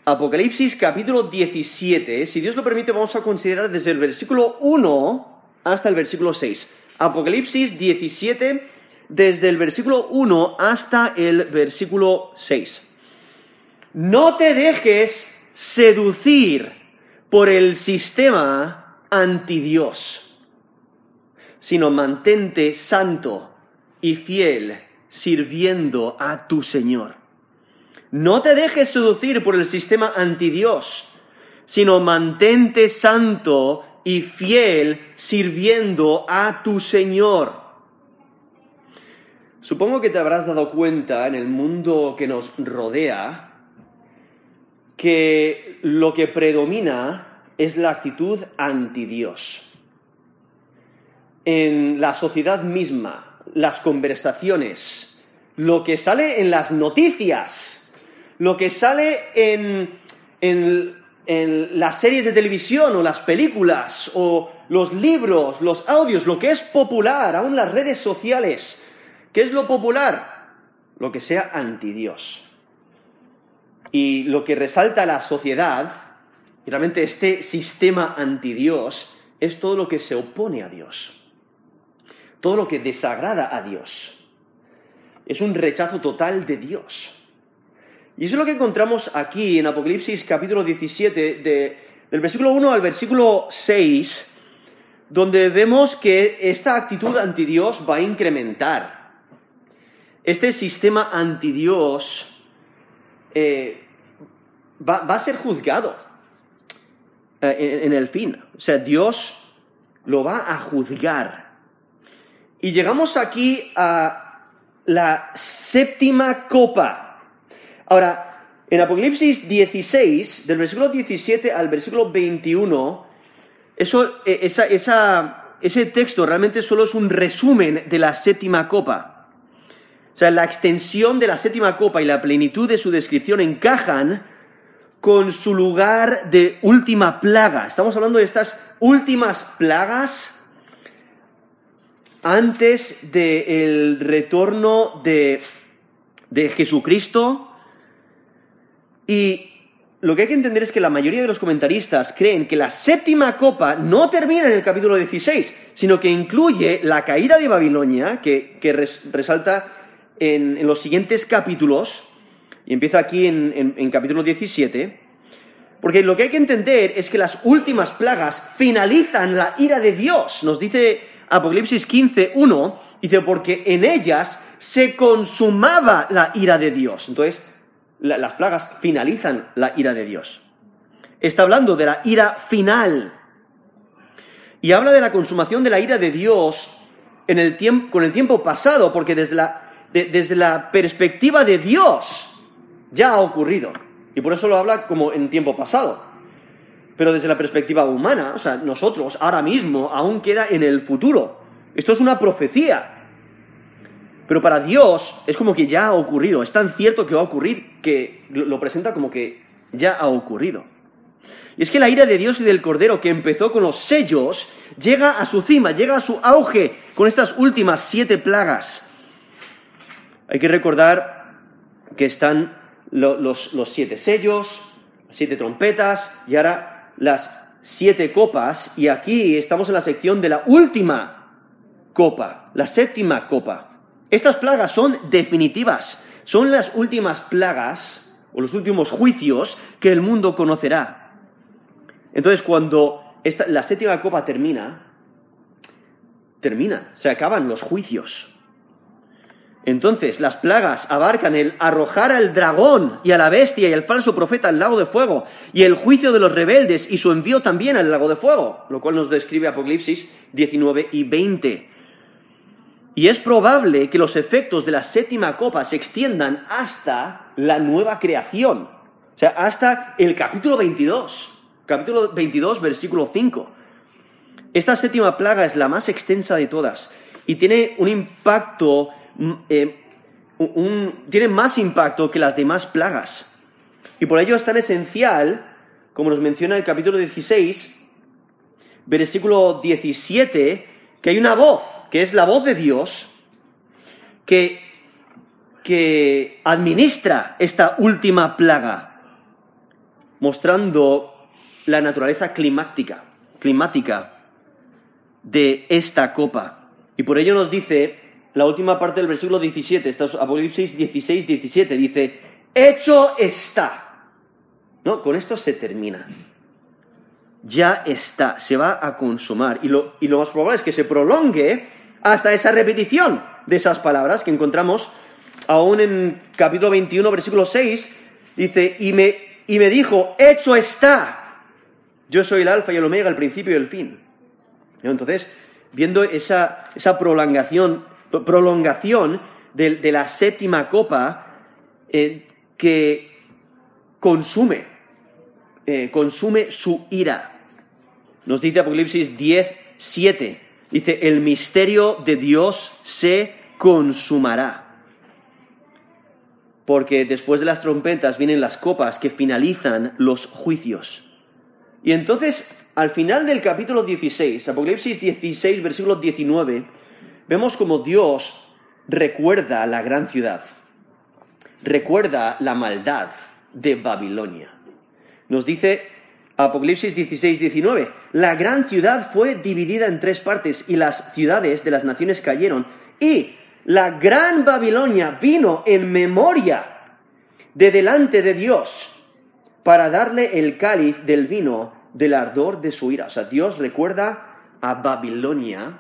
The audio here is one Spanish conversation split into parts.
Apocalipsis capítulo 17. Si Dios lo permite, vamos a considerar desde el versículo 1 hasta el versículo 6. Apocalipsis 17, desde el versículo 1 hasta el versículo 6. No te dejes seducir por el sistema antidios, sino mantente santo y fiel sirviendo a tu Señor. No te dejes seducir por el sistema antidios, sino mantente santo y fiel sirviendo a tu Señor. Supongo que te habrás dado cuenta en el mundo que nos rodea que lo que predomina es la actitud antidios. En la sociedad misma, las conversaciones, lo que sale en las noticias, lo que sale en las series de televisión o las películas o los libros, los audios, lo que es popular, aún las redes sociales. ¿Qué es lo popular? Lo que sea antidios. Y lo que resalta a la sociedad, y realmente este sistema antidios, es todo lo que se opone a Dios. Todo lo que desagrada a Dios. Es un rechazo total de Dios. Y eso es lo que encontramos aquí en Apocalipsis capítulo 17, del versículo 1 al versículo 6, donde vemos que esta actitud antidios va a incrementar. Este sistema antidios va a ser juzgado en el fin. O sea, Dios lo va a juzgar. Y llegamos aquí a la séptima copa. Ahora, en Apocalipsis 16, del versículo 17 al versículo 21, ese texto realmente solo es un resumen de la séptima copa. O sea, la extensión de la séptima copa y la plenitud de su descripción encajan con su lugar de última plaga. Estamos hablando de estas últimas plagas antes del retorno de Jesucristo. Y lo que hay que entender es que la mayoría de los comentaristas creen que la séptima copa no termina en el capítulo 16, sino que incluye la caída de Babilonia, que resalta en los siguientes capítulos, y empieza aquí en capítulo 17, porque lo que hay que entender es que las últimas plagas finalizan la ira de Dios. Nos dice Apocalipsis 15:1, dice, porque en ellas se consumaba la ira de Dios. Entonces, las plagas finalizan la ira de Dios. Está hablando de la ira final. Y habla de la consumación de la ira de Dios con el tiempo pasado, porque desde la perspectiva de Dios ya ha ocurrido. Y por eso lo habla como en tiempo pasado. Pero desde la perspectiva humana, o sea, nosotros ahora mismo aún queda en el futuro. Esto es una profecía. Pero para Dios es como que ya ha ocurrido. Es tan cierto que va a ocurrir que lo presenta como que ya ha ocurrido. Y es que la ira de Dios y del Cordero que empezó con los sellos llega a su cima, llega a su auge con estas últimas 7 plagas. Hay que recordar que están los 7 sellos, las 7 trompetas y ahora las 7 copas. Y aquí estamos en la sección de la última copa, la séptima copa. Estas plagas son definitivas, son las últimas plagas o los últimos juicios que el mundo conocerá. Entonces, cuando la séptima copa termina, se acaban los juicios. Entonces, las plagas abarcan el arrojar al dragón y a la bestia y al falso profeta al lago de fuego, y el juicio de los rebeldes y su envío también al lago de fuego, lo cual nos describe Apocalipsis 19 y 20. Y es probable que los efectos de la séptima copa se extiendan hasta la nueva creación. O sea, hasta el capítulo 22. Capítulo 22, versículo 5. Esta séptima plaga es la más extensa de todas. Y tiene un impacto, tiene más impacto que las demás plagas. Y por ello es tan esencial, como nos menciona el capítulo 16, versículo 17, que hay una voz, que es la voz de Dios, que administra esta última plaga. mostrando la naturaleza climática de esta copa. Y por ello nos dice la última parte del versículo 17, está Apocalipsis 16, 17, dice, hecho está. No, con esto se termina. Ya está, se va a consumar. Y lo más probable es que se prolongue hasta esa repetición de esas palabras que encontramos aún en capítulo 21, versículo 6, dice, y me dijo, hecho está. Yo soy el alfa y el omega, el principio y el fin. Entonces, viendo esa prolongación de la séptima copa que consume su ira. Nos dice Apocalipsis 10, 7. Dice, el misterio de Dios se consumará. Porque después de las trompetas vienen las copas que finalizan los juicios. Y entonces, al final del capítulo 16, Apocalipsis 16, versículo 19, vemos como Dios recuerda la gran ciudad, recuerda la maldad de Babilonia. Nos dice Apocalipsis 16, 19, la gran ciudad fue dividida en 3 partes y las ciudades de las naciones cayeron y la gran Babilonia vino en memoria de delante de Dios para darle el cáliz del vino del ardor de su ira. O sea, Dios recuerda a Babilonia,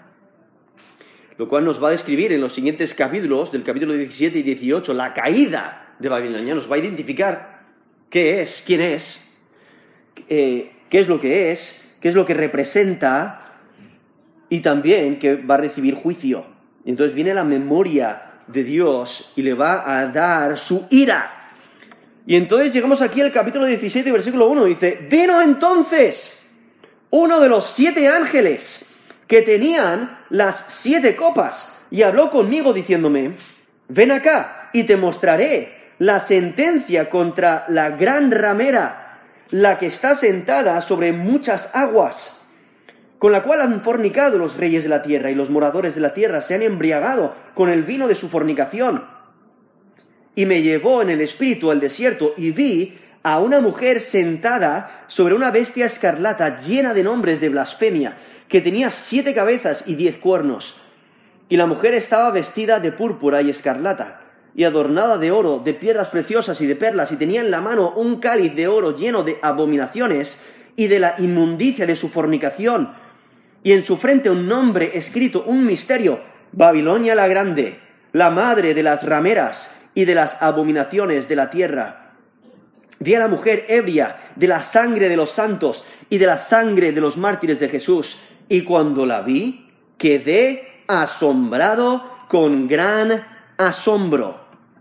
lo cual nos va a describir en los siguientes capítulos, del capítulo 17 y 18, la caída de Babilonia. Nos va a identificar qué es, quién es, qué es lo que representa, y también que va a recibir juicio. Y entonces viene la memoria de Dios y le va a dar su ira. Y entonces llegamos aquí al capítulo 17, versículo 1, dice, vino entonces uno de los 7 ángeles que tenían las 7 copas y habló conmigo diciéndome, ven acá y te mostraré la sentencia contra la gran ramera, la que está sentada sobre muchas aguas, con la cual han fornicado los reyes de la tierra y los moradores de la tierra se han embriagado con el vino de su fornicación. Y me llevó en el espíritu al desierto y vi a una mujer sentada sobre una bestia escarlata llena de nombres de blasfemia, que tenía 7 cabezas y 10 cuernos. Y la mujer estaba vestida de púrpura y escarlata, y adornada de oro, de piedras preciosas y de perlas, y tenía en la mano un cáliz de oro lleno de abominaciones y de la inmundicia de su fornicación, y en su frente un nombre escrito, un misterio, Babilonia la Grande, la madre de las rameras y de las abominaciones de la tierra. Vi a la mujer ebria de la sangre de los santos y de la sangre de los mártires de Jesús, y cuando la vi, quedé asombrado con gran asombro.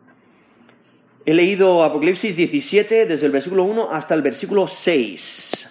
He leído Apocalipsis 17 desde el versículo 1 hasta el versículo 6.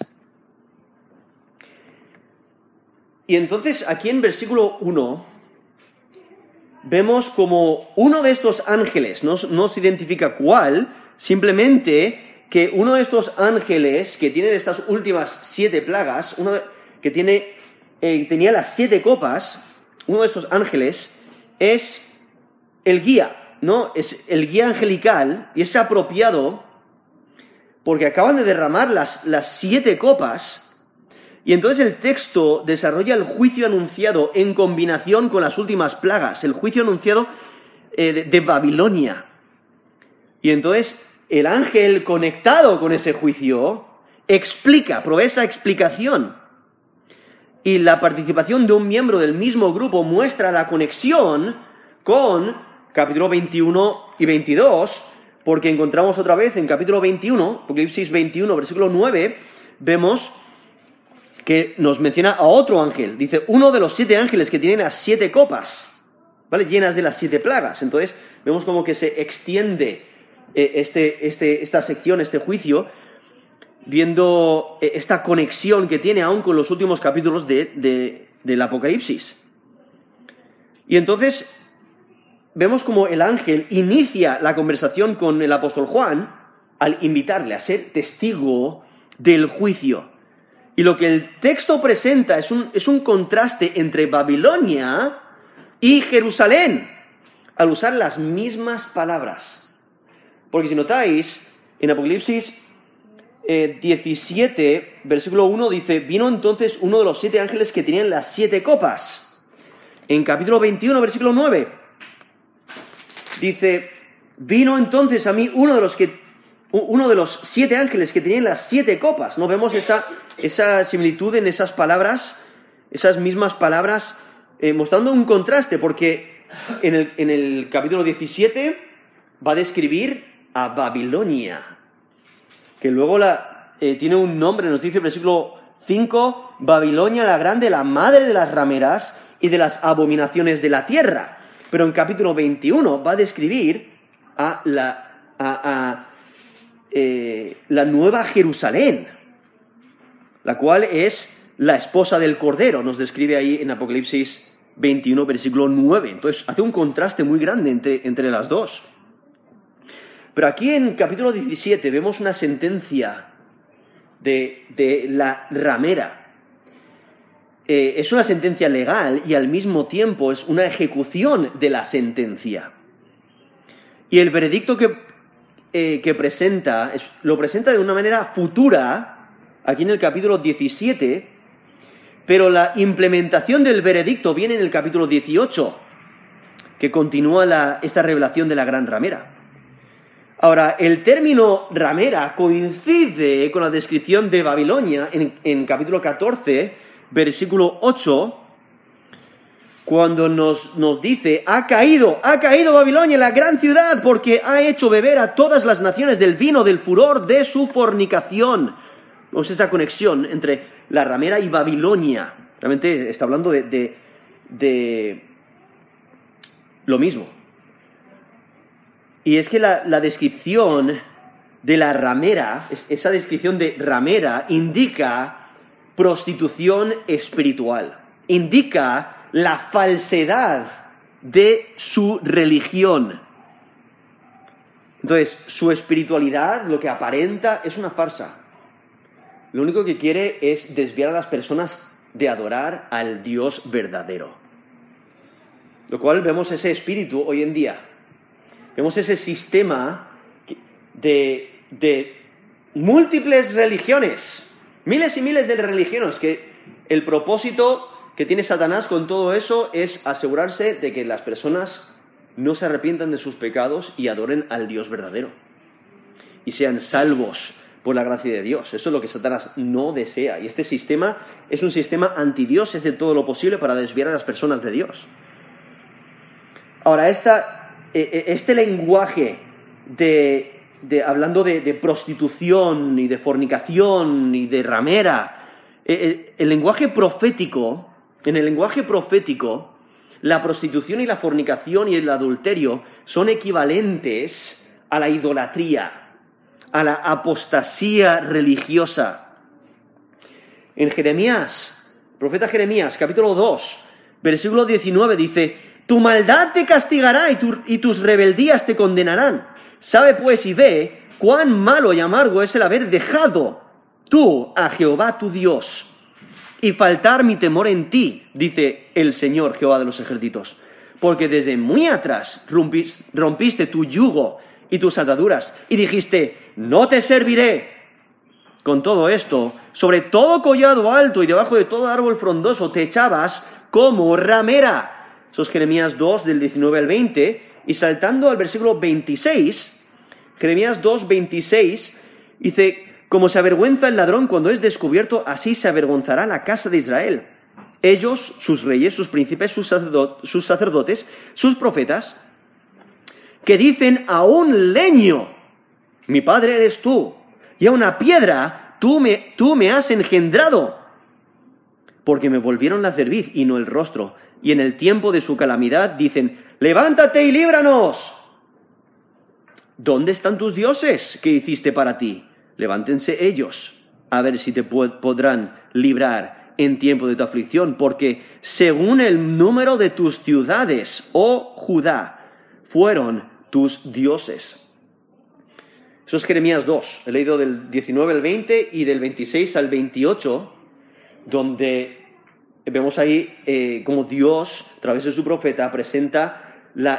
Y entonces aquí en versículo 1 vemos como uno de estos ángeles, no se identifica cuál, simplemente que uno de estos ángeles que tienen estas últimas 7 plagas, tenía las 7 copas, uno de estos ángeles es el guía, ¿no? Es el guía angelical, y es apropiado porque acaban de derramar las 7 copas. Y entonces el texto desarrolla el juicio anunciado en combinación con las últimas plagas, el juicio anunciado de Babilonia. Y entonces el ángel conectado con ese juicio provee esa explicación. Y la participación de un miembro del mismo grupo muestra la conexión con capítulo 21 y 22, porque encontramos otra vez en capítulo 21, Apocalipsis 21, versículo 9, vemos que nos menciona a otro ángel. Dice, uno de los 7 ángeles que tienen las 7 copas, ¿vale? Llenas de las 7 plagas. Entonces, vemos como que se extiende esta sección, este juicio, viendo esta conexión que tiene aún con los últimos capítulos del Apocalipsis. Y entonces, vemos como el ángel inicia la conversación con el apóstol Juan al invitarle a ser testigo del juicio. Y lo que el texto presenta es un contraste entre Babilonia y Jerusalén, al usar las mismas palabras. Porque si notáis, en Apocalipsis 17, versículo 1 dice, vino entonces uno de los 7 ángeles que tenían las 7 copas. En capítulo 21, versículo 9, dice, vino entonces a mí uno de los 7 ángeles que tenían las 7 copas. ¿No vemos esa similitud en esas palabras, esas mismas palabras, mostrando un contraste? Porque en el capítulo 17 va a describir a Babilonia, que luego tiene un nombre, nos dice el versículo 5, Babilonia la grande, la madre de las rameras y de las abominaciones de la tierra. Pero en capítulo 21 va a describir a la nueva Jerusalén, la cual es la esposa del Cordero, nos describe ahí en Apocalipsis 21, versículo 9. Entonces hace un contraste muy grande entre las dos. Pero aquí en capítulo 17 vemos una sentencia de la ramera. Es una sentencia legal y al mismo tiempo es una ejecución de la sentencia. Y el veredicto que presenta, lo presenta de una manera futura, aquí en el capítulo 17, pero la implementación del veredicto viene en el capítulo 18, que continúa esta revelación de la gran ramera. Ahora, el término ramera coincide con la descripción de Babilonia en capítulo 14, versículo 8, cuando nos dice, ha caído Babilonia, la gran ciudad, porque ha hecho beber a todas las naciones del vino del furor de su fornicación. Vemos esa conexión entre la ramera y Babilonia. Realmente está hablando de lo mismo. Y es que la descripción de la ramera, esa descripción de ramera, indica prostitución espiritual. Indica la falsedad de su religión. Entonces, su espiritualidad, lo que aparenta, es una farsa. Lo único que quiere es desviar a las personas de adorar al Dios verdadero. Lo cual vemos ese espíritu hoy en día. Vemos ese sistema de múltiples religiones, miles y miles de religiones, que el propósito que tiene Satanás con todo eso es asegurarse de que las personas no se arrepientan de sus pecados y adoren al Dios verdadero y sean salvos por la gracia de Dios. Eso es lo que Satanás no desea. Y este sistema es un sistema antidios, hace todo lo posible para desviar a las personas de Dios. Ahora, este lenguaje hablando de prostitución y de fornicación y de ramera, el lenguaje profético, en el lenguaje profético, la prostitución y la fornicación y el adulterio son equivalentes a la idolatría, a la apostasía religiosa. En Jeremías, profeta Jeremías, capítulo 2, versículo 19 dice: tu maldad te castigará y tus rebeldías te condenarán. Sabe pues y ve cuán malo y amargo es el haber dejado tú a Jehová tu Dios y faltar mi temor en ti, dice el Señor Jehová de los ejércitos. Porque desde muy atrás rompiste tu yugo y tus ataduras y dijiste: no te serviré. Con todo esto, sobre todo collado alto y debajo de todo árbol frondoso te echabas como ramera. Eso es Jeremías 2, del 19 al 20, y saltando al versículo 26, Jeremías 2, 26, dice: como se avergüenza el ladrón cuando es descubierto, así se avergonzará la casa de Israel. Ellos, sus reyes, sus príncipes, sus sacerdotes, sus profetas, que dicen a un leño: mi padre eres tú, y a una piedra tú me has engendrado. Porque me volvieron la cerviz y no el rostro, y en el tiempo de su calamidad dicen: levántate y líbranos. ¿Dónde están tus dioses que hiciste para ti? Levántense ellos, a ver si te podrán librar en tiempo de tu aflicción, porque según el número de tus ciudades, oh Judá, fueron tus dioses. Eso es Jeremías 2, he leído del 19 al 20 y del 26 al 28, donde vemos ahí cómo Dios, a través de su profeta, presenta la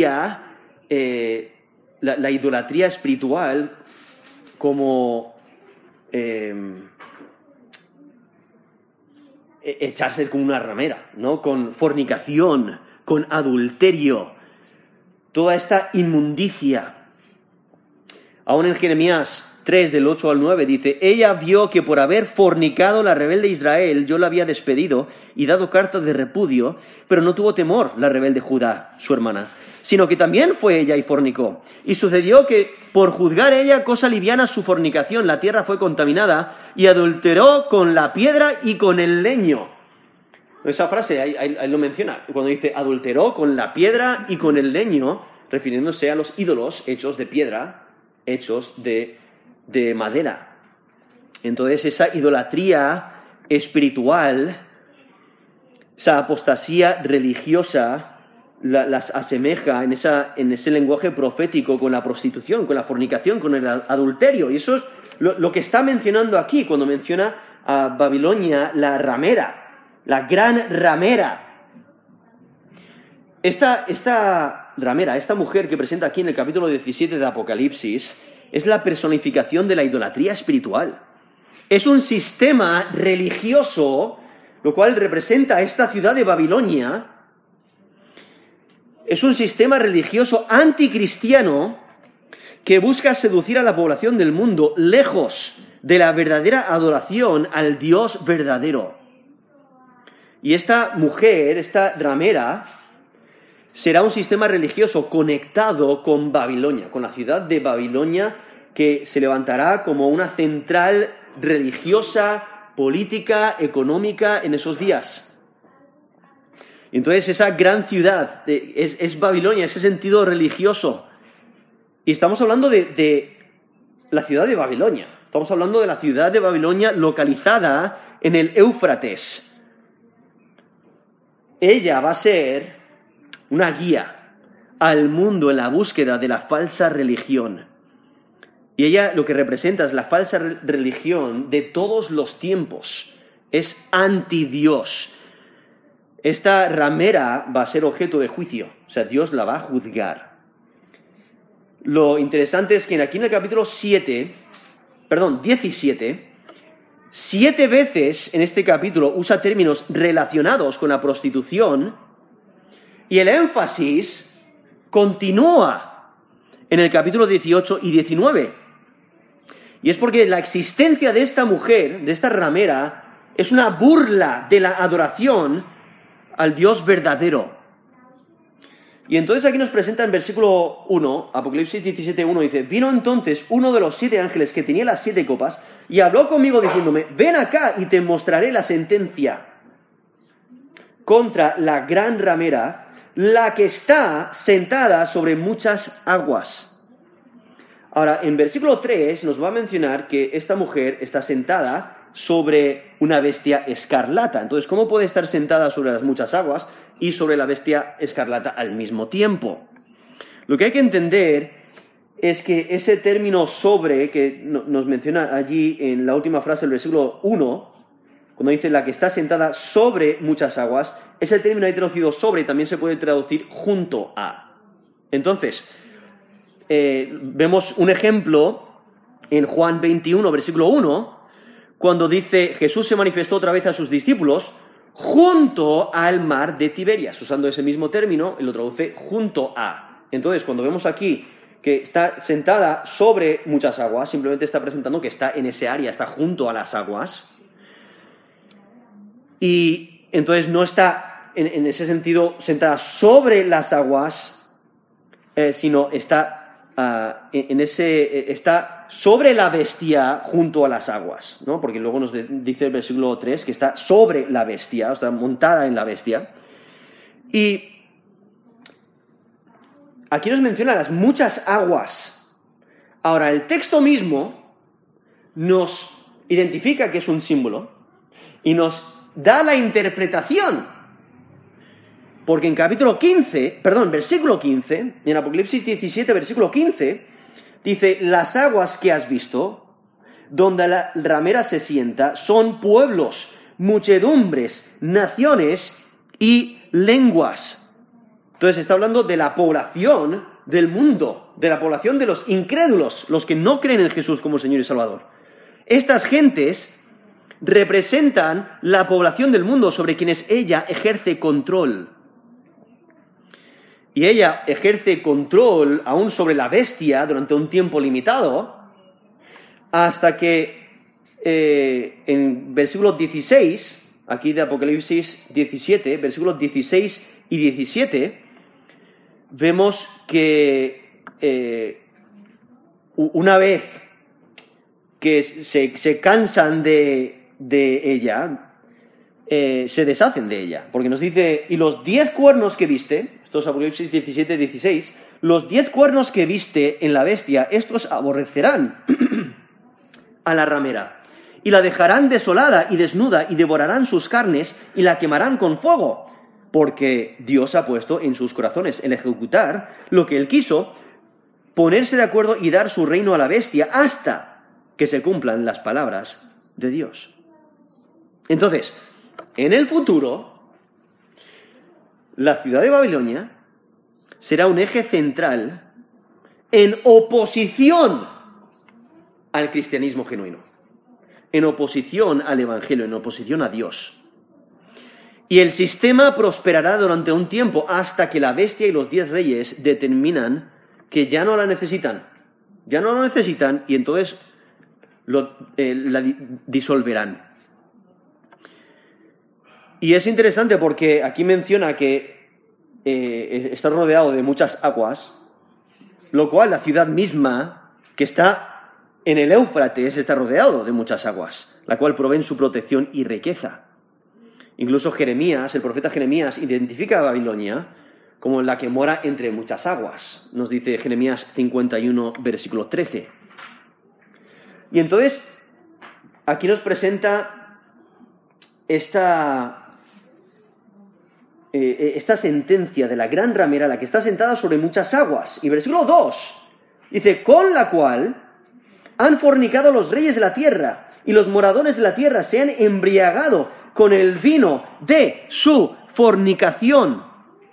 idolatría, la idolatría espiritual como echarse con una ramera, ¿no? Con fornicación, con adulterio, toda esta inmundicia. Aún en Jeremías 3, del 8 al 9, dice: ella vio que por haber fornicado la rebelde Israel, yo la había despedido y dado carta de repudio, pero no tuvo temor la rebelde Judá, su hermana, sino que también fue ella y fornicó. Y sucedió que, por juzgar ella cosa liviana su fornicación, la tierra fue contaminada y adulteró con la piedra y con el leño. Esa frase, ahí lo menciona, cuando dice adulteró con la piedra y con el leño, refiriéndose a los ídolos hechos de piedra, hechos de madera. Entonces esa idolatría espiritual, esa apostasía religiosa, las asemeja en ese lenguaje profético con la prostitución, con la fornicación, con el adulterio. Y eso es lo que está mencionando aquí cuando menciona a Babilonia, la ramera, la gran ramera. Esta ramera, esta mujer que presenta aquí en el capítulo 17 de Apocalipsis, es la personificación de la idolatría espiritual. Es un sistema religioso, lo cual representa a esta ciudad de Babilonia. Es un sistema religioso anticristiano que busca seducir a la población del mundo lejos de la verdadera adoración al Dios verdadero. Y esta mujer, esta ramera, será un sistema religioso conectado con Babilonia, con la ciudad de Babilonia, que se levantará como una central religiosa, política, económica en esos días. Y entonces esa gran ciudad es Babilonia, ese sentido religioso. Y estamos hablando de la ciudad de Babilonia. Estamos hablando de la ciudad de Babilonia localizada en el Éufrates. Ella va a ser una guía al mundo en la búsqueda de la falsa religión. Y ella lo que representa es la falsa religión de todos los tiempos. Es anti-Dios. Esta ramera va a ser objeto de juicio. O sea, Dios la va a juzgar. Lo interesante es que aquí en el capítulo 17, 7 veces en este capítulo usa términos relacionados con la prostitución, y el énfasis continúa en el capítulo 18 y 19. Y es porque la existencia de esta mujer, de esta ramera, es una burla de la adoración al Dios verdadero. Y entonces aquí nos presenta en versículo 1, Apocalipsis 17:1, dice: vino entonces uno de los 7 ángeles que tenía las 7 copas y habló conmigo diciéndome: ven acá y te mostraré la sentencia contra la gran ramera, la que está sentada sobre muchas aguas. Ahora, en versículo 3 nos va a mencionar que esta mujer está sentada sobre una bestia escarlata. Entonces, ¿cómo puede estar sentada sobre las muchas aguas y sobre la bestia escarlata al mismo tiempo? Lo que hay que entender es que ese término sobre, que nos menciona allí en la última frase del versículo 1, cuando dice la que está sentada sobre muchas aguas, ese término ahí traducido sobre también se puede traducir junto a. Entonces, vemos un ejemplo en Juan 21, versículo 1, cuando dice: Jesús se manifestó otra vez a sus discípulos junto al mar de Tiberias. Usando ese mismo término, él lo traduce junto a. Entonces, cuando vemos aquí que está sentada sobre muchas aguas, simplemente está presentando que está en ese área, está junto a las aguas. Y entonces no está, en ese sentido, sentada sobre las aguas, sino está está sobre la bestia junto a las aguas, ¿no? Porque luego nos dice el versículo 3 que está sobre la bestia, o sea, montada en la bestia. Y aquí nos menciona las muchas aguas. Ahora, el texto mismo nos identifica que es un símbolo y nos da la interpretación. Porque en versículo 15, en Apocalipsis 17, versículo 15, dice: las aguas que has visto, donde la ramera se sienta, son pueblos, muchedumbres, naciones y lenguas. Entonces está hablando de la población del mundo, de la población de los incrédulos, los que no creen en Jesús como Señor y Salvador. Estas gentes representan la población del mundo sobre quienes ella ejerce control. Y ella ejerce control aún sobre la bestia durante un tiempo limitado, hasta que en versículos 16, aquí de Apocalipsis 17, versículos 16 y 17, vemos que una vez que se cansan de ella, se deshacen de ella, porque nos dice, y los 10 cuernos que viste, esto es Apocalipsis 17, 16, los 10 cuernos que viste en la bestia, estos aborrecerán a la ramera, y la dejarán desolada y desnuda, y devorarán sus carnes, y la quemarán con fuego, porque Dios ha puesto en sus corazones el ejecutar lo que Él quiso, ponerse de acuerdo y dar su reino a la bestia, hasta que se cumplan las palabras de Dios. Entonces, en el futuro, la ciudad de Babilonia será un eje central en oposición al cristianismo genuino, en oposición al Evangelio, en oposición a Dios. Y el sistema prosperará durante un tiempo hasta que la bestia y los 10 reyes determinan que ya no la necesitan. Ya no lo necesitan y entonces la disolverán. Y es interesante porque aquí menciona que está rodeado de muchas aguas, lo cual la ciudad misma, que está en el Éufrates, está rodeado de muchas aguas, la cual proveen su protección y riqueza. Incluso Jeremías, el profeta Jeremías, identifica a Babilonia como la que mora entre muchas aguas. Nos dice Jeremías 51, versículo 13. Y entonces, aquí nos presenta esta sentencia de la gran ramera, la que está sentada sobre muchas aguas. Y versículo 2 dice, con la cual han fornicado los reyes de la tierra, y los moradores de la tierra se han embriagado con el vino de su fornicación.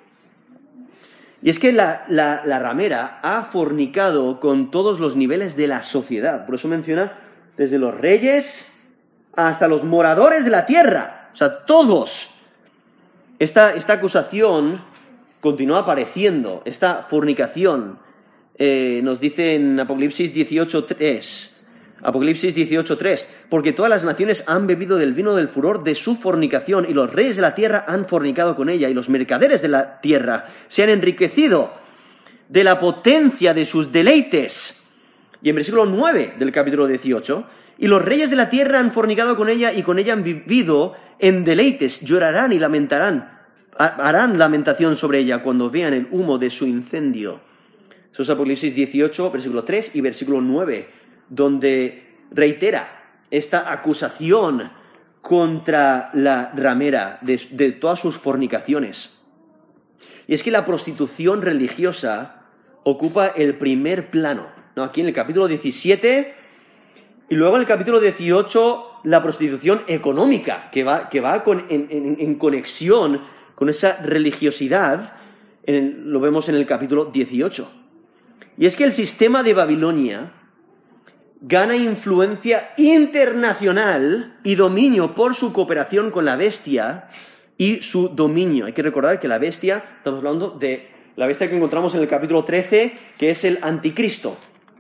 Y es que la ramera ha fornicado con todos los niveles de la sociedad. Por eso menciona desde los reyes hasta los moradores de la tierra. O sea, todos. Esta acusación continúa apareciendo, esta fornicación. Nos dice en Apocalipsis 18.3, Apocalipsis 18.3, porque todas las naciones han bebido del vino del furor de su fornicación, y los reyes de la tierra han fornicado con ella, y los mercaderes de la tierra se han enriquecido de la potencia de sus deleites. Y en versículo 9 del capítulo 18, y los reyes de la tierra han fornicado con ella, y con ella han vivido en deleites, llorarán y lamentarán, harán lamentación sobre ella cuando vean el humo de su incendio. Eso es Apocalipsis 18, versículo 3 y versículo 9, donde reitera esta acusación contra la ramera de todas sus fornicaciones. Y es que la prostitución religiosa ocupa el primer plano, ¿no? Aquí en el capítulo 17 y luego en el capítulo 18 la prostitución económica, que va en conexión con esa religiosidad, lo vemos en el capítulo 18. Y es que el sistema de Babilonia gana influencia internacional y dominio por su cooperación con la bestia y su dominio. Hay que recordar que la bestia, estamos hablando de la bestia que encontramos en el capítulo 13, que es el anticristo.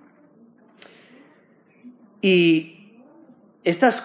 Y estas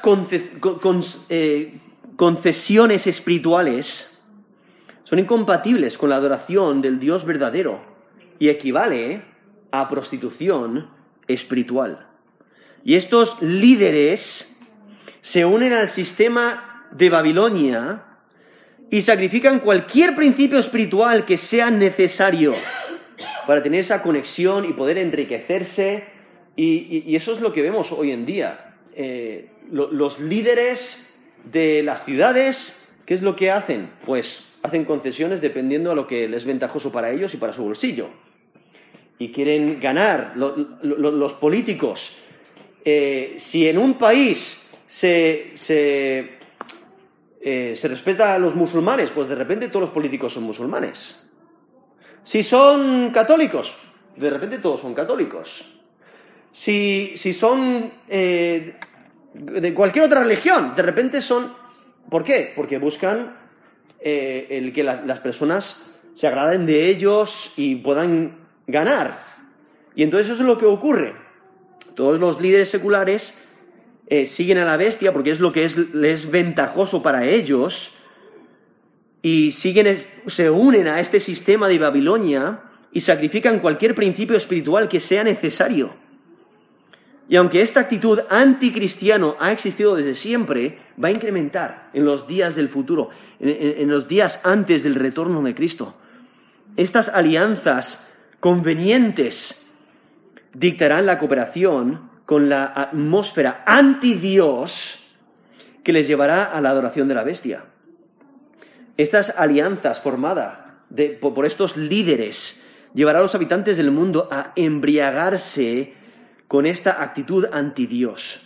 concesiones espirituales son incompatibles con la adoración del Dios verdadero y equivale a prostitución espiritual. Y estos líderes se unen al sistema de Babilonia y sacrifican cualquier principio espiritual que sea necesario para tener esa conexión y poder enriquecerse. Y eso es lo que vemos hoy en día. Los líderes de las ciudades, ¿qué es lo que hacen? Pues hacen concesiones dependiendo de lo que les es ventajoso para ellos y para su bolsillo. Y quieren ganar. Los políticos, si en un país se respeta a los musulmanes, pues de repente todos los políticos son musulmanes. Si son católicos, de repente todos son católicos. Si son de cualquier otra religión. De repente son... ¿Por qué? Porque buscan el que las personas se agraden de ellos y puedan ganar. Y entonces eso es lo que ocurre. Todos los líderes seculares siguen a la bestia porque es lo que es ventajoso para ellos y se unen a este sistema de Babilonia y sacrifican cualquier principio espiritual que sea necesario. Y aunque esta actitud anticristiano ha existido desde siempre, va a incrementar en los días del futuro, en los días antes del retorno de Cristo. Estas alianzas convenientes dictarán la cooperación con la atmósfera anti-Dios que les llevará a la adoración de la bestia. Estas alianzas formadas por estos líderes llevarán a los habitantes del mundo a embriagarse con esta actitud anti-Dios.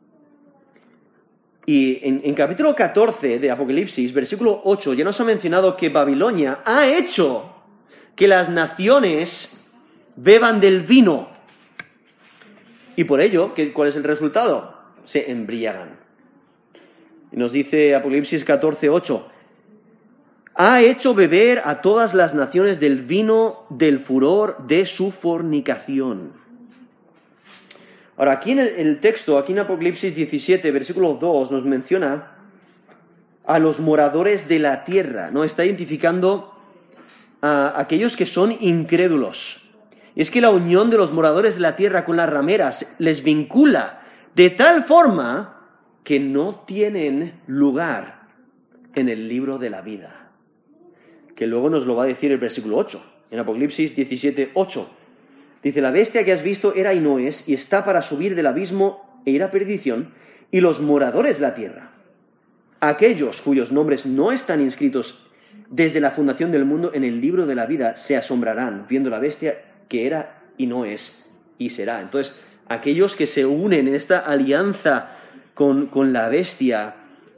Y en capítulo 14 de Apocalipsis, versículo 8, ya nos ha mencionado que Babilonia ha hecho que las naciones beban del vino. Y por ello, ¿cuál es el resultado? Se embriagan. Y nos dice Apocalipsis 14, 8, ha hecho beber a todas las naciones del vino del furor de su fornicación. Ahora, aquí en el texto, aquí en Apocalipsis 17, versículo 2, nos menciona a los moradores de la tierra, ¿no? Está identificando a aquellos que son incrédulos. Y es que la unión de los moradores de la tierra con las rameras les vincula de tal forma que no tienen lugar en el libro de la vida. Que luego nos lo va a decir el versículo 8, en Apocalipsis 17, 8. Dice, la bestia que has visto era y no es, y está para subir del abismo e ir a perdición, y los moradores de la tierra, aquellos cuyos nombres no están inscritos desde la fundación del mundo en el libro de la vida, se asombrarán viendo la bestia que era y no es y será. Entonces, aquellos que se unen en esta alianza con la bestia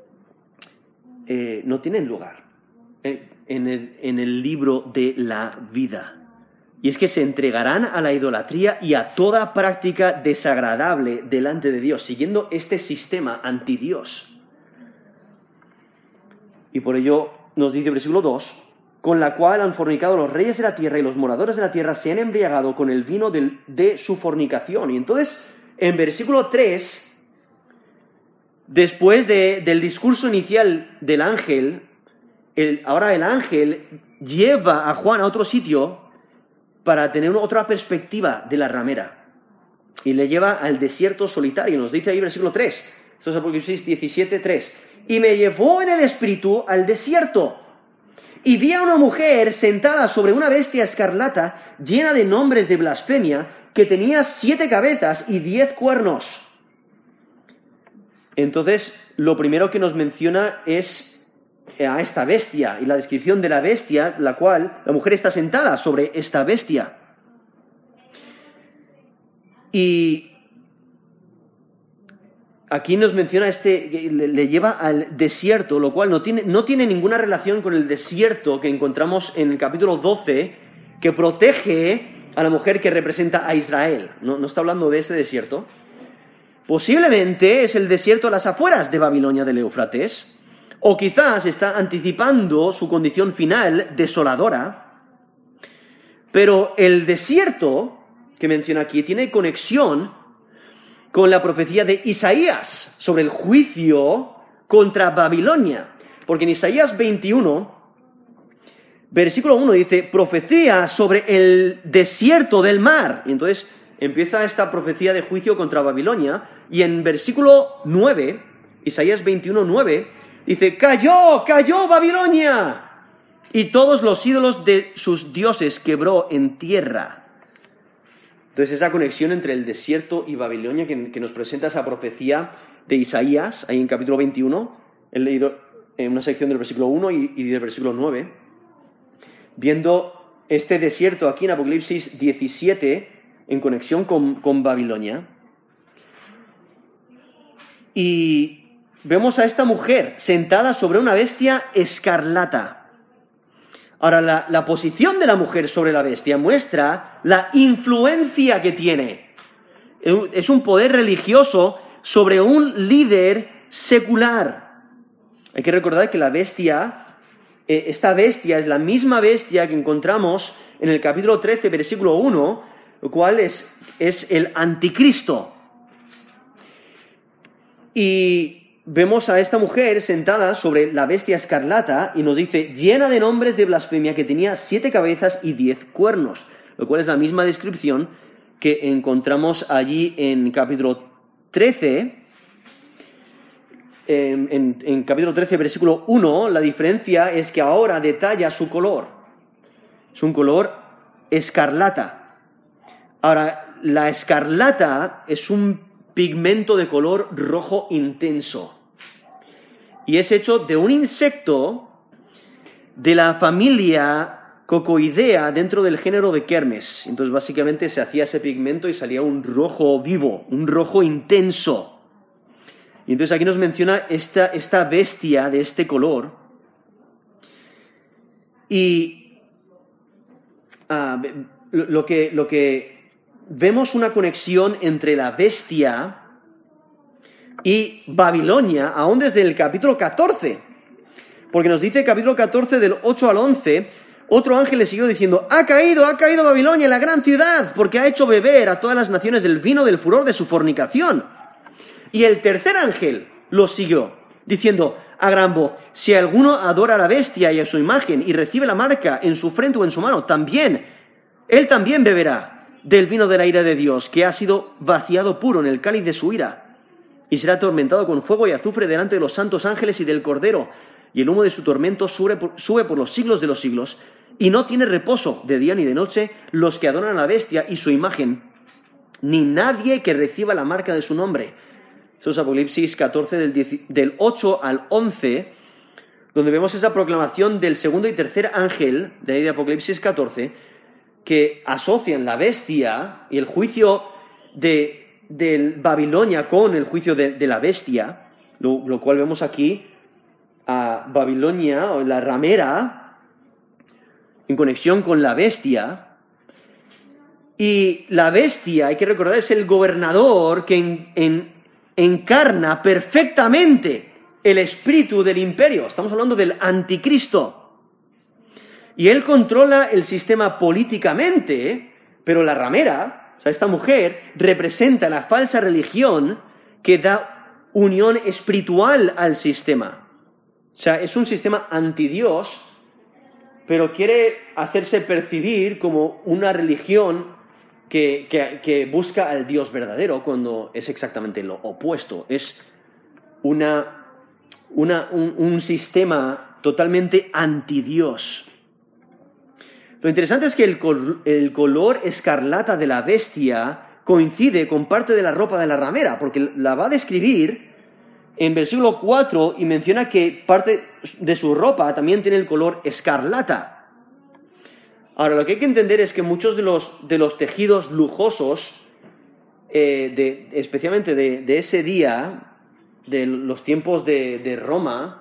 no tienen lugar en el libro de la vida. Y es que se entregarán a la idolatría y a toda práctica desagradable delante de Dios, siguiendo este sistema anti-Dios. Y por ello nos dice el versículo 2, con la cual han fornicado los reyes de la tierra y los moradores de la tierra se han embriagado con el vino de su fornicación. Y entonces, en versículo 3, después del discurso inicial del ángel, ahora el ángel lleva a Juan a otro sitio para tener otra perspectiva de la ramera. Y le lleva al desierto solitario. Nos dice ahí versículo 3. Esto es Apocalipsis 17, 3. Y me llevó en el espíritu al desierto. Y vi a una mujer sentada sobre una bestia escarlata llena de nombres de blasfemia que tenía 7 cabezas y 10 cuernos. Entonces, lo primero que nos menciona es a esta bestia y la descripción de la bestia, la cual la mujer está sentada sobre esta bestia. Y aquí nos menciona le lleva al desierto, lo cual no tiene ninguna relación con el desierto que encontramos en el capítulo 12, que protege a la mujer que representa a Israel. No está hablando de ese desierto. Posiblemente es el desierto a las afueras de Babilonia del Éufrates, o quizás está anticipando su condición final desoladora, pero el desierto que menciona aquí tiene conexión con la profecía de Isaías sobre el juicio contra Babilonia, porque en Isaías 21, versículo 1 dice, profecía sobre el desierto del mar, y entonces empieza esta profecía de juicio contra Babilonia, y en versículo 9, Isaías 21, 9, dice, cayó Babilonia, y todos los ídolos de sus dioses quebró en tierra. Entonces esa conexión entre el desierto y Babilonia que nos presenta esa profecía de Isaías, ahí en capítulo 21, he leído en una sección del versículo 1 y del versículo 9, viendo este desierto aquí en Apocalipsis 17 en conexión con Babilonia. Y vemos a esta mujer sentada sobre una bestia escarlata. Ahora, la posición de la mujer sobre la bestia muestra la influencia que tiene. Es un poder religioso sobre un líder secular. Hay que recordar que la bestia, esta bestia es la misma bestia que encontramos en el capítulo 13, versículo 1, lo cual es el anticristo. Y vemos a esta mujer sentada sobre la bestia escarlata y nos dice, llena de nombres de blasfemia, que tenía 7 cabezas y 10 cuernos, lo cual es la misma descripción que encontramos allí en capítulo 13. En capítulo 13, versículo 1, la diferencia es que ahora detalla su color. Es un color escarlata. Ahora, la escarlata es un pigmento de color rojo intenso. Y es hecho de un insecto de la familia Cocoidea dentro del género de Kermes. Entonces, básicamente, se hacía ese pigmento y salía un rojo vivo, un rojo intenso. Y entonces aquí nos menciona esta bestia de este color. Y lo que vemos una conexión entre la bestia y Babilonia, aún desde el capítulo 14. Porque nos dice el capítulo 14 del 8 al 11, otro ángel le siguió diciendo, ha caído Babilonia, la gran ciudad, porque ha hecho beber a todas las naciones del vino del furor de su fornicación. Y el tercer ángel lo siguió, diciendo a gran voz, si alguno adora a la bestia y a su imagen y recibe la marca en su frente o en su mano, él también beberá del vino de la ira de Dios, que ha sido vaciado puro en el cáliz de su ira, y será atormentado con fuego y azufre delante de los santos ángeles y del Cordero, y el humo de su tormento sube por los siglos de los siglos, y no tiene reposo de día ni de noche los que adoran a la bestia y su imagen, ni nadie que reciba la marca de su nombre. Eso es Apocalipsis 14 del 8 al 11, donde vemos esa proclamación del segundo y tercer ángel, de ahí de Apocalipsis 14, que asocian la bestia y el juicio de Babilonia con el juicio de la bestia, lo cual vemos aquí a Babilonia, o la ramera, en conexión con la bestia. Y la bestia, hay que recordar, es el gobernador que encarna perfectamente el espíritu del imperio. Estamos hablando del anticristo. Y él controla el sistema políticamente, pero la ramera, o sea, esta mujer, representa la falsa religión que da unión espiritual al sistema. O sea, es un sistema antidios, pero quiere hacerse percibir como una religión que busca al Dios verdadero, cuando es exactamente lo opuesto. Es un sistema totalmente antidios. Lo interesante es que el color escarlata de la bestia coincide con parte de la ropa de la ramera, porque la va a describir en versículo 4 y menciona que parte de su ropa también tiene el color escarlata. Ahora, lo que hay que entender es que muchos de los tejidos lujosos, especialmente de ese día, de los tiempos de Roma,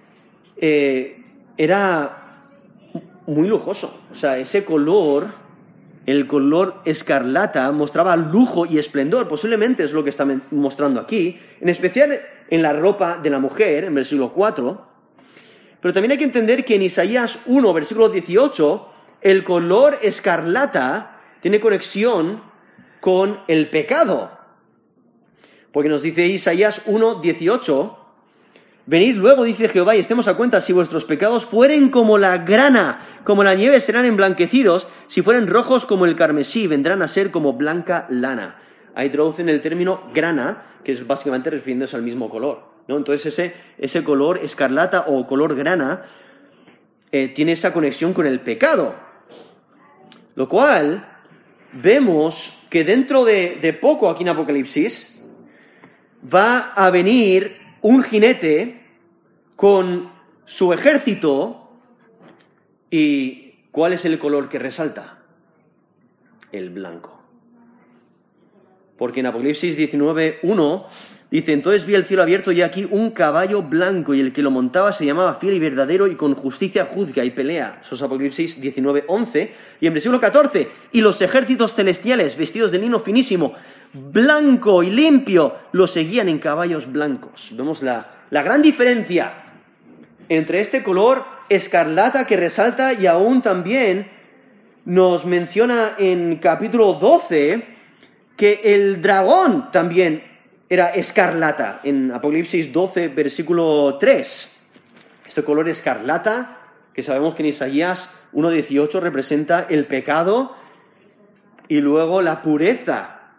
era muy lujoso. O sea, ese color, el color escarlata, mostraba lujo y esplendor. Posiblemente es lo que está mostrando aquí, en especial en la ropa de la mujer, en versículo 4. Pero también hay que entender que en Isaías 1, versículo 18, el color escarlata tiene conexión con el pecado. Porque nos dice Isaías 1:18, venid luego, dice Jehová, y estemos a cuenta, si vuestros pecados fueren como la grana, como la nieve serán emblanquecidos, si fueren rojos como el carmesí, vendrán a ser como blanca lana. Ahí traducen el término grana, que es básicamente refiriéndose al mismo color, ¿no? Entonces ese color escarlata o color grana tiene esa conexión con el pecado. Lo cual vemos que dentro de poco aquí en Apocalipsis va a venir un jinete con su ejército. ¿Y cuál es el color que resalta? El blanco. Porque en Apocalipsis 19:1 Dice, entonces vi el cielo abierto y aquí un caballo blanco y el que lo montaba se llamaba Fiel y Verdadero y con justicia juzga y pelea. Eso es Apocalipsis 19:11. Y en versículo 14, y los ejércitos celestiales vestidos de lino finísimo, blanco y limpio, lo seguían en caballos blancos. Vemos la gran diferencia entre este color escarlata que resalta y aún también nos menciona en capítulo 12 que el dragón también era escarlata, en Apocalipsis 12, versículo 3. Este color escarlata, que sabemos que en Isaías 1:18 representa el pecado y luego la pureza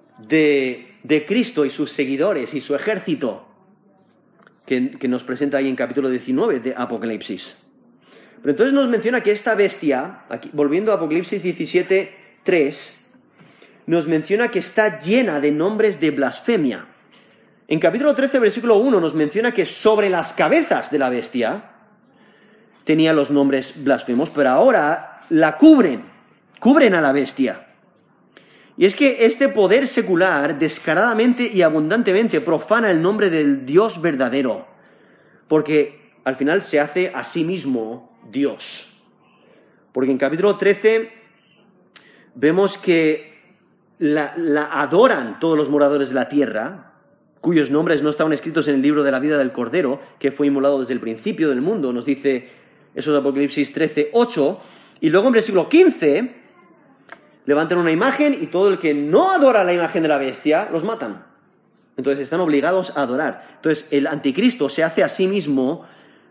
de Cristo y sus seguidores y su ejército, que nos presenta ahí en capítulo 19 de Apocalipsis. Pero entonces nos menciona que esta bestia, aquí, volviendo a Apocalipsis 17:3, nos menciona que está llena de nombres de blasfemia. En capítulo 13, versículo 1, nos menciona que sobre las cabezas de la bestia tenía los nombres blasfemos, pero ahora la cubren a la bestia. Y es que este poder secular descaradamente y abundantemente profana el nombre del Dios verdadero, porque al final se hace a sí mismo Dios. Porque en capítulo 13 vemos que la adoran todos los moradores de la tierra, cuyos nombres no estaban escritos en el libro de la vida del Cordero, que fue inmolado desde el principio del mundo, nos dice eso es Apocalipsis 13:8, y luego en versículo 15 levantan una imagen y todo el que no adora la imagen de la bestia los matan. Entonces están obligados a adorar. Entonces el anticristo se hace a sí mismo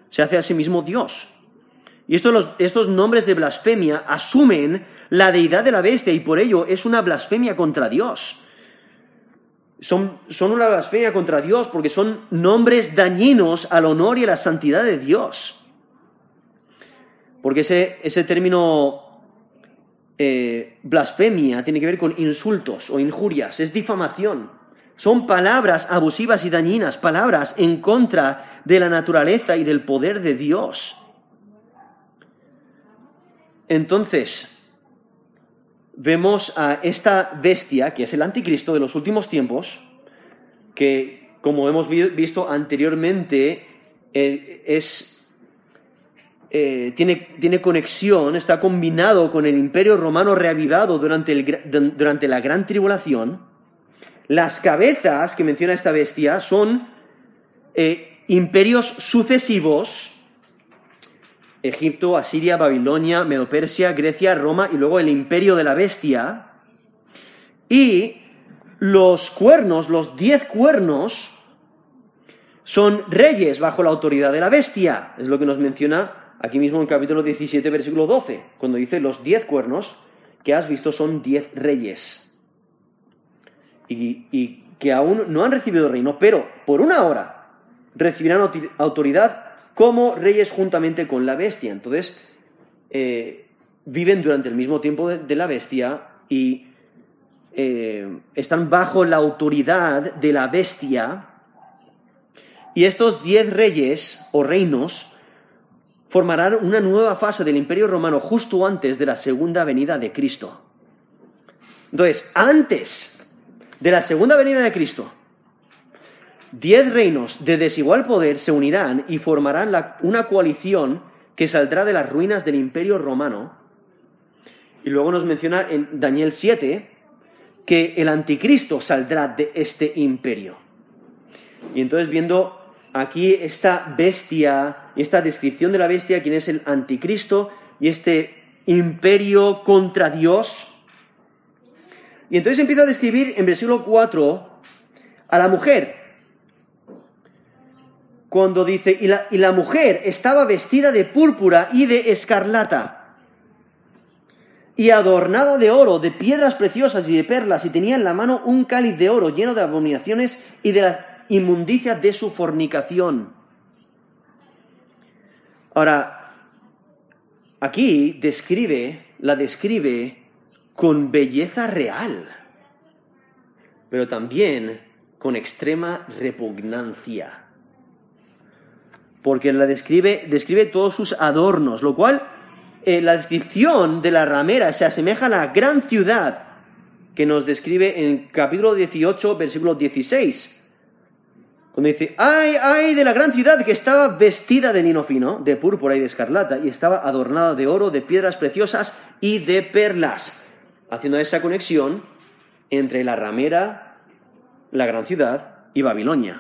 Dios. Y estos nombres de blasfemia asumen la deidad de la bestia y por ello es una blasfemia contra Dios. Son una blasfemia contra Dios porque son nombres dañinos al honor y a la santidad de Dios. Porque ese término blasfemia tiene que ver con insultos o injurias, es difamación. Son palabras abusivas y dañinas, palabras en contra de la naturaleza y del poder de Dios. Entonces, vemos a esta bestia, que es el anticristo de los últimos tiempos, que, como hemos visto anteriormente, tiene conexión, está combinado con el Imperio Romano reavivado durante la Gran Tribulación. Las cabezas que menciona esta bestia son imperios sucesivos: Egipto, Asiria, Babilonia, Medo-Persia, Grecia, Roma y luego el imperio de la bestia. Y los cuernos, los 10 cuernos, son reyes bajo la autoridad de la bestia. Es lo que nos menciona aquí mismo en el capítulo 17, versículo 12, cuando dice los 10 cuernos que has visto son 10 reyes. Y que aún no han recibido reino, pero por una hora recibirán autoridad como reyes juntamente con la bestia. Entonces, viven durante el mismo tiempo de la bestia y están bajo la autoridad de la bestia. Y estos 10 reyes o reinos formarán una nueva fase del Imperio Romano justo antes de la segunda venida de Cristo. Entonces, antes de la segunda venida de Cristo, 10 reinos de desigual poder se unirán y formarán una coalición que saldrá de las ruinas del Imperio Romano. Y luego nos menciona en Daniel 7 que el anticristo saldrá de este imperio. Y entonces, viendo aquí esta bestia y esta descripción de la bestia, quién es el anticristo y este imperio contra Dios. Y entonces empieza a describir en versículo 4 a la mujer, cuando dice, y la mujer estaba vestida de púrpura y de escarlata, y adornada de oro, de piedras preciosas y de perlas, y tenía en la mano un cáliz de oro lleno de abominaciones y de las inmundicias de su fornicación. Ahora, aquí la describe con belleza real, pero también con extrema repugnancia. Porque la describe todos sus adornos, lo cual la descripción de la ramera se asemeja a la gran ciudad que nos describe en capítulo 18, versículo 16, Cuando dice, ¡ay de la gran ciudad que estaba vestida de lino fino, de púrpura y de escarlata, y estaba adornada de oro, de piedras preciosas y de perlas! Haciendo esa conexión entre la ramera, la gran ciudad y Babilonia.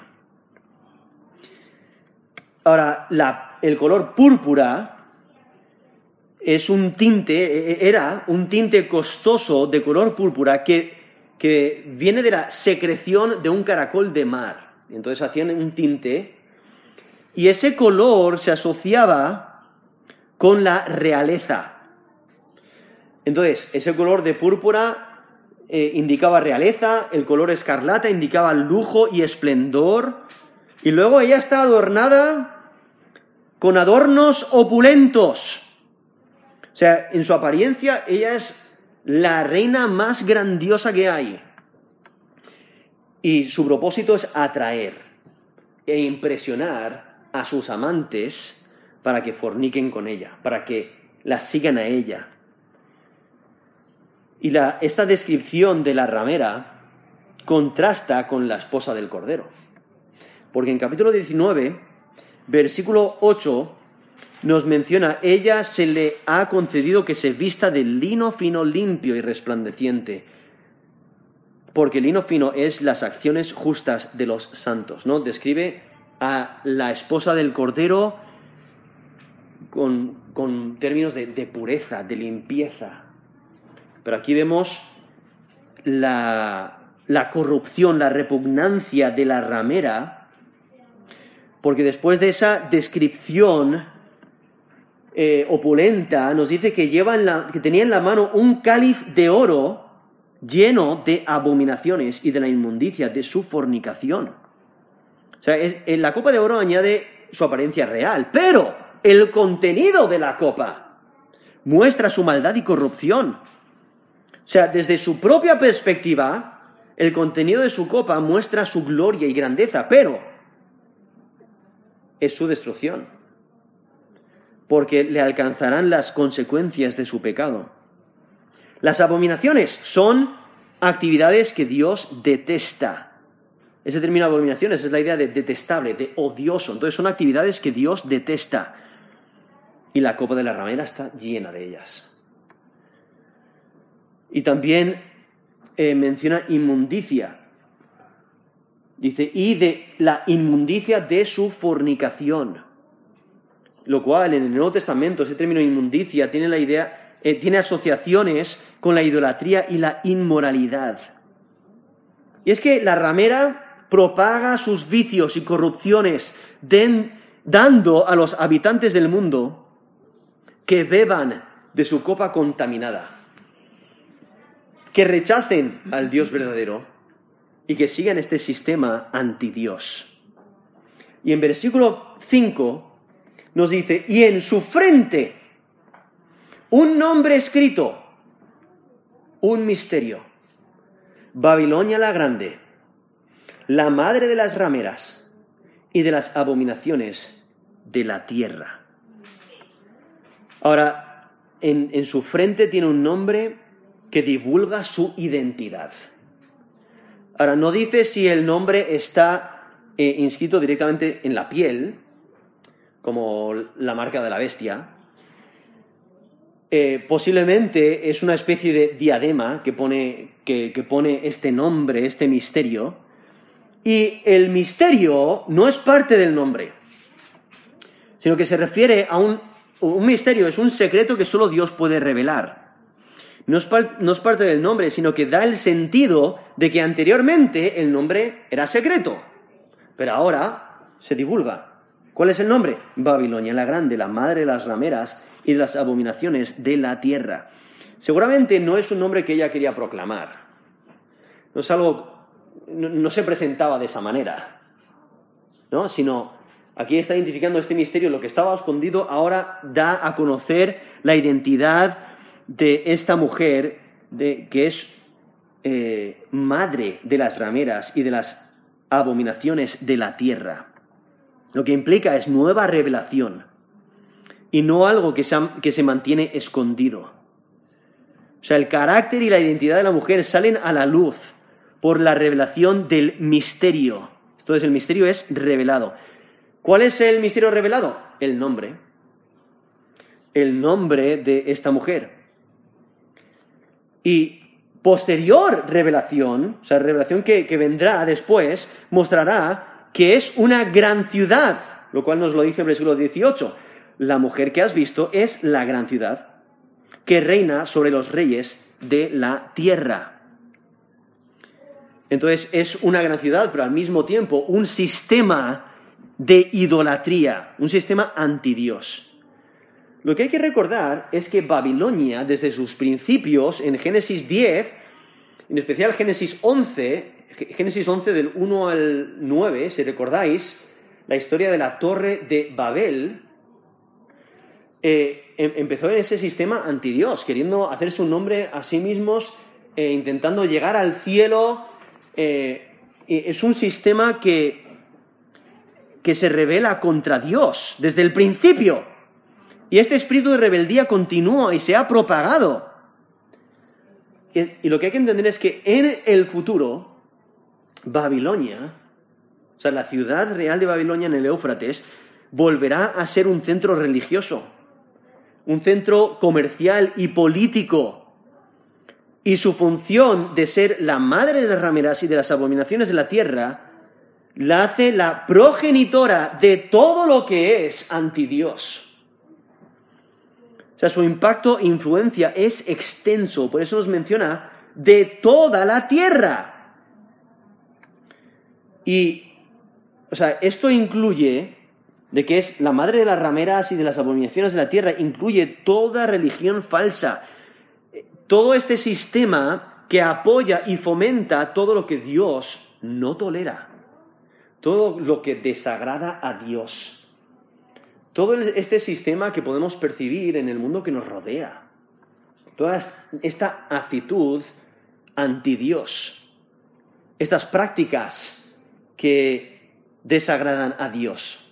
Ahora, el color púrpura es un tinte, era un tinte costoso de color púrpura que viene de la secreción de un caracol de mar. Entonces hacían un tinte y ese color se asociaba con la realeza. Entonces, ese color de púrpura indicaba realeza, el color escarlata indicaba lujo y esplendor, y luego ella está adornada con adornos opulentos. O sea, en su apariencia ella es la reina más grandiosa que hay. Y su propósito es atraer e impresionar a sus amantes para que forniquen con ella, para que la sigan a ella. Y esta descripción de la ramera contrasta con la esposa del Cordero. Porque en capítulo 19, versículo 8, nos menciona, ella se le ha concedido que se vista de lino fino, limpio y resplandeciente. Porque el lino fino es las acciones justas de los santos, ¿no? Describe a la esposa del Cordero con términos de pureza, de limpieza. Pero aquí vemos la corrupción, la repugnancia de la ramera, porque después de esa descripción opulenta, nos dice que que tenía en la mano un cáliz de oro lleno de abominaciones y de la inmundicia de su fornicación. O sea, la copa de oro añade su apariencia real, pero el contenido de la copa muestra su maldad y corrupción. O sea, desde su propia perspectiva, el contenido de su copa muestra su gloria y grandeza, pero es su destrucción, porque le alcanzarán las consecuencias de su pecado. Las abominaciones son actividades que Dios detesta. Ese término abominaciones es la idea de detestable, de odioso. Entonces son actividades que Dios detesta. Y la copa de la ramera está llena de ellas. Y también menciona inmundicia. Dice, y de la inmundicia de su fornicación. Lo cual en el Nuevo Testamento, ese término inmundicia tiene la idea... tiene asociaciones con la idolatría y la inmoralidad. Y es que la ramera propaga sus vicios y corrupciones, dando a los habitantes del mundo que beban de su copa contaminada, que rechacen al Dios verdadero y que sigan este sistema antidios. Y en versículo 5 nos dice, y en su frente un nombre escrito, un misterio. Babilonia la Grande, la madre de las rameras y de las abominaciones de la tierra. Ahora, en su frente tiene un nombre que divulga su identidad. Ahora, no dice si el nombre está inscrito directamente en la piel, como la marca de la bestia. Posiblemente es una especie de diadema que pone este nombre, este misterio, y el misterio no es parte del nombre, sino que se refiere a un misterio, es un secreto que solo Dios puede revelar. No es parte del nombre, sino que da el sentido de que anteriormente el nombre era secreto, pero ahora se divulga. ¿Cuál es el nombre? Babilonia la Grande, la madre de las rameras y de las abominaciones de la tierra. Seguramente no es un nombre que ella quería proclamar. No se presentaba de esa manera, ¿no? Sino aquí está identificando este misterio, lo que estaba escondido ahora da a conocer la identidad de esta mujer que es madre de las rameras y de las abominaciones de la tierra. Lo que implica es nueva revelación y no algo que se mantiene escondido. O sea, el carácter y la identidad de la mujer salen a la luz por la revelación del misterio. Entonces el misterio es revelado. ¿Cuál es el misterio revelado? El nombre. El nombre de esta mujer. Y posterior revelación, o sea, revelación que vendrá después, mostrará que es una gran ciudad, lo cual nos lo dice el versículo 18. La mujer que has visto es la gran ciudad que reina sobre los reyes de la tierra. Entonces es una gran ciudad, pero al mismo tiempo un sistema de idolatría, un sistema antidios. Lo que hay que recordar es que Babilonia, desde sus principios, en Génesis 10, en especial Génesis 11 del 1 al 9, si recordáis, la historia de la Torre de Babel, empezó en ese sistema antidios, queriendo hacerse un nombre a sí mismos, intentando llegar al cielo. Es un sistema que se rebela contra Dios desde el principio. Y este espíritu de rebeldía continúa y se ha propagado. Y lo que hay que entender es que en el futuro, Babilonia, o sea, la ciudad real de Babilonia en el Éufrates, volverá a ser un centro religioso, un centro comercial y político. Y su función de ser la madre de las rameras y de las abominaciones de la tierra, la hace la progenitora de todo lo que es antidios. O sea, su impacto e influencia es extenso, por eso nos menciona de toda la tierra. Y, o sea, esto incluye, de que es la madre de las rameras y de las abominaciones de la tierra, incluye toda religión falsa, todo este sistema que apoya y fomenta todo lo que Dios no tolera, todo lo que desagrada a Dios. Todo este sistema que podemos percibir en el mundo que nos rodea. Toda esta actitud anti-Dios. Estas prácticas que desagradan a Dios.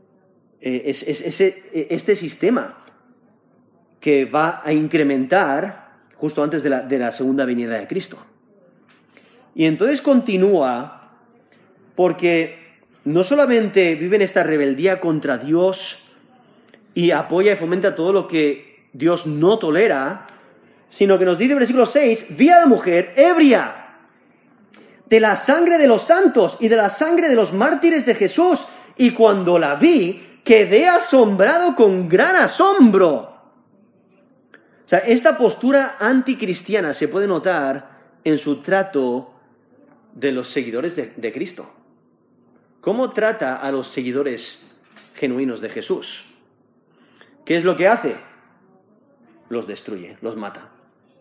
Este sistema que va a incrementar justo antes de la segunda venida de Cristo. Y entonces continúa porque no solamente viven esta rebeldía contra Dios y apoya y fomenta todo lo que Dios no tolera, sino que nos dice el versículo 6, vi a la mujer ebria de la sangre de los santos y de la sangre de los mártires de Jesús, y cuando la vi, quedé asombrado con gran asombro. O sea, esta postura anticristiana se puede notar en su trato de los seguidores de Cristo. ¿Cómo trata a los seguidores genuinos de Jesús? ¿Qué es lo que hace? Los destruye, los mata.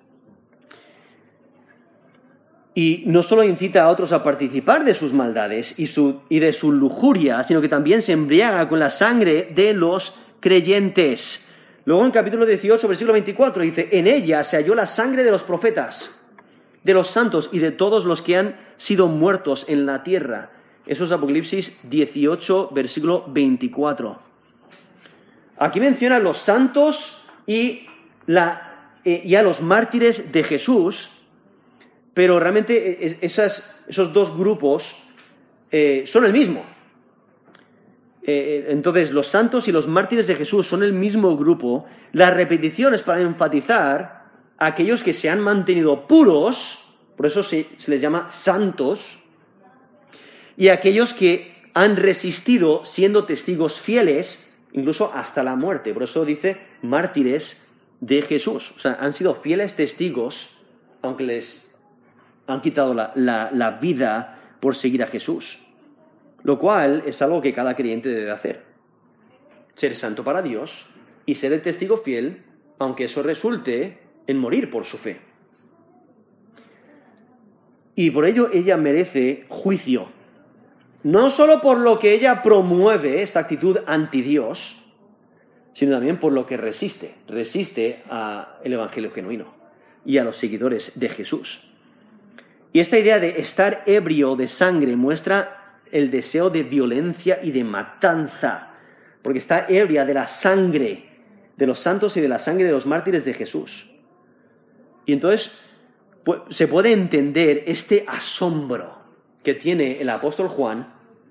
Y no solo incita a otros a participar de sus maldades y de su lujuria, sino que también se embriaga con la sangre de los creyentes. Luego en capítulo 18, versículo 24, dice, en ella se halló la sangre de los profetas, de los santos y de todos los que han sido muertos en la tierra. Eso es Apocalipsis 18, versículo 24. Aquí menciona a los santos y a los mártires de Jesús, pero realmente esos dos grupos son el mismo. Entonces, los santos y los mártires de Jesús son el mismo grupo. La repetición es para enfatizar a aquellos que se han mantenido puros, por eso se les llama santos, y aquellos que han resistido siendo testigos fieles, incluso hasta la muerte. Por eso dice mártires de Jesús. O sea, han sido fieles testigos, aunque les han quitado la vida por seguir a Jesús. Lo cual es algo que cada creyente debe hacer. Ser santo para Dios y ser el testigo fiel, aunque eso resulte en morir por su fe. Y por ello ella merece juicio. No solo por lo que ella promueve, esta actitud anti-Dios, sino también por lo que resiste al evangelio genuino y a los seguidores de Jesús. Y esta idea de estar ebrio de sangre muestra el deseo de violencia y de matanza, porque está ebria de la sangre de los santos y de la sangre de los mártires de Jesús. Y entonces se puede entender este asombro que tiene el apóstol Juan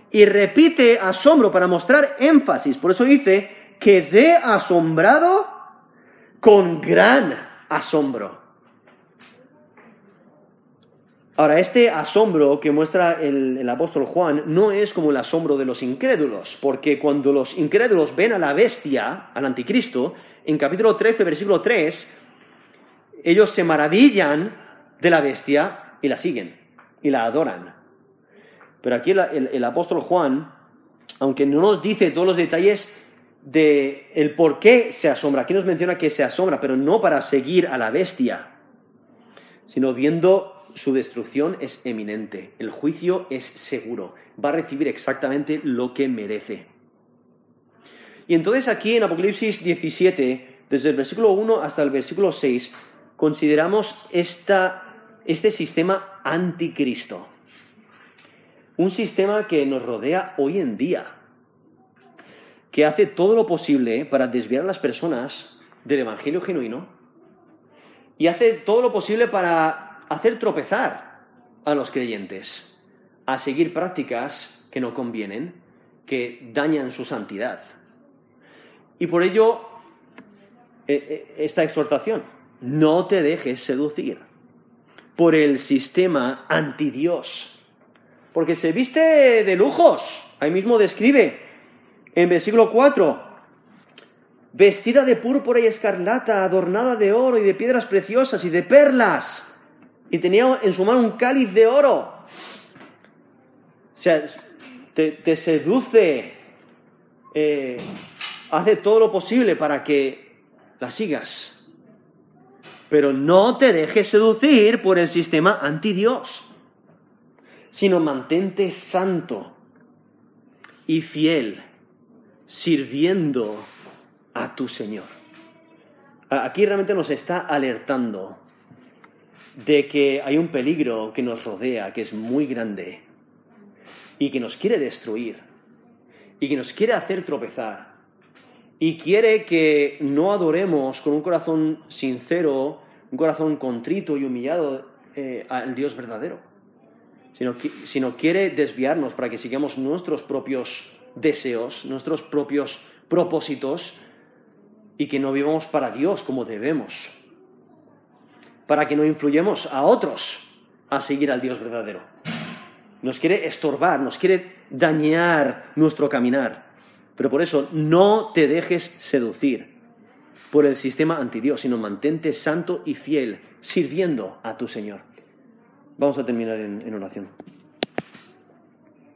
Y repite asombro para mostrar énfasis. Por eso dice, quedé asombrado con gran asombro. Ahora, este asombro que muestra el apóstol Juan no es como el asombro de los incrédulos, porque cuando los incrédulos ven a la bestia, al anticristo, en capítulo 13, versículo 3, ellos se maravillan de la bestia y la siguen, y la adoran. Pero aquí el apóstol Juan, aunque no nos dice todos los detalles de el por qué se asombra, aquí nos menciona que se asombra, pero no para seguir a la bestia, sino viendo su destrucción es eminente, el juicio es seguro, va a recibir exactamente lo que merece. Y entonces aquí en Apocalipsis 17, desde el versículo 1 hasta el versículo 6, consideramos este sistema anticristo. Un sistema que nos rodea hoy en día, que hace todo lo posible para desviar a las personas del evangelio genuino y hace todo lo posible para hacer tropezar a los creyentes, a seguir prácticas que no convienen, que dañan su santidad. Y por ello, esta exhortación, no te dejes seducir por el sistema antidios, porque se viste de lujos. Ahí mismo describe, en versículo 4, vestida de púrpura y escarlata, adornada de oro y de piedras preciosas y de perlas, y tenía en su mano un cáliz de oro. O sea, te seduce, hace todo lo posible para que la sigas. Pero no te dejes seducir por el sistema antidios, sino mantente santo y fiel, sirviendo a tu Señor. Aquí realmente nos está alertando de que hay un peligro que nos rodea, que es muy grande, y que nos quiere destruir, y que nos quiere hacer tropezar, y quiere que no adoremos con un corazón sincero, un corazón contrito y humillado al Dios verdadero, sino quiere desviarnos para que sigamos nuestros propios deseos, nuestros propios propósitos, y que no vivamos para Dios como debemos, para que no influyamos a otros a seguir al Dios verdadero. Nos quiere estorbar, nos quiere dañar nuestro caminar. Pero por eso no te dejes seducir por el sistema antidios, sino mantente santo y fiel, sirviendo a tu Señor. Vamos a terminar en oración.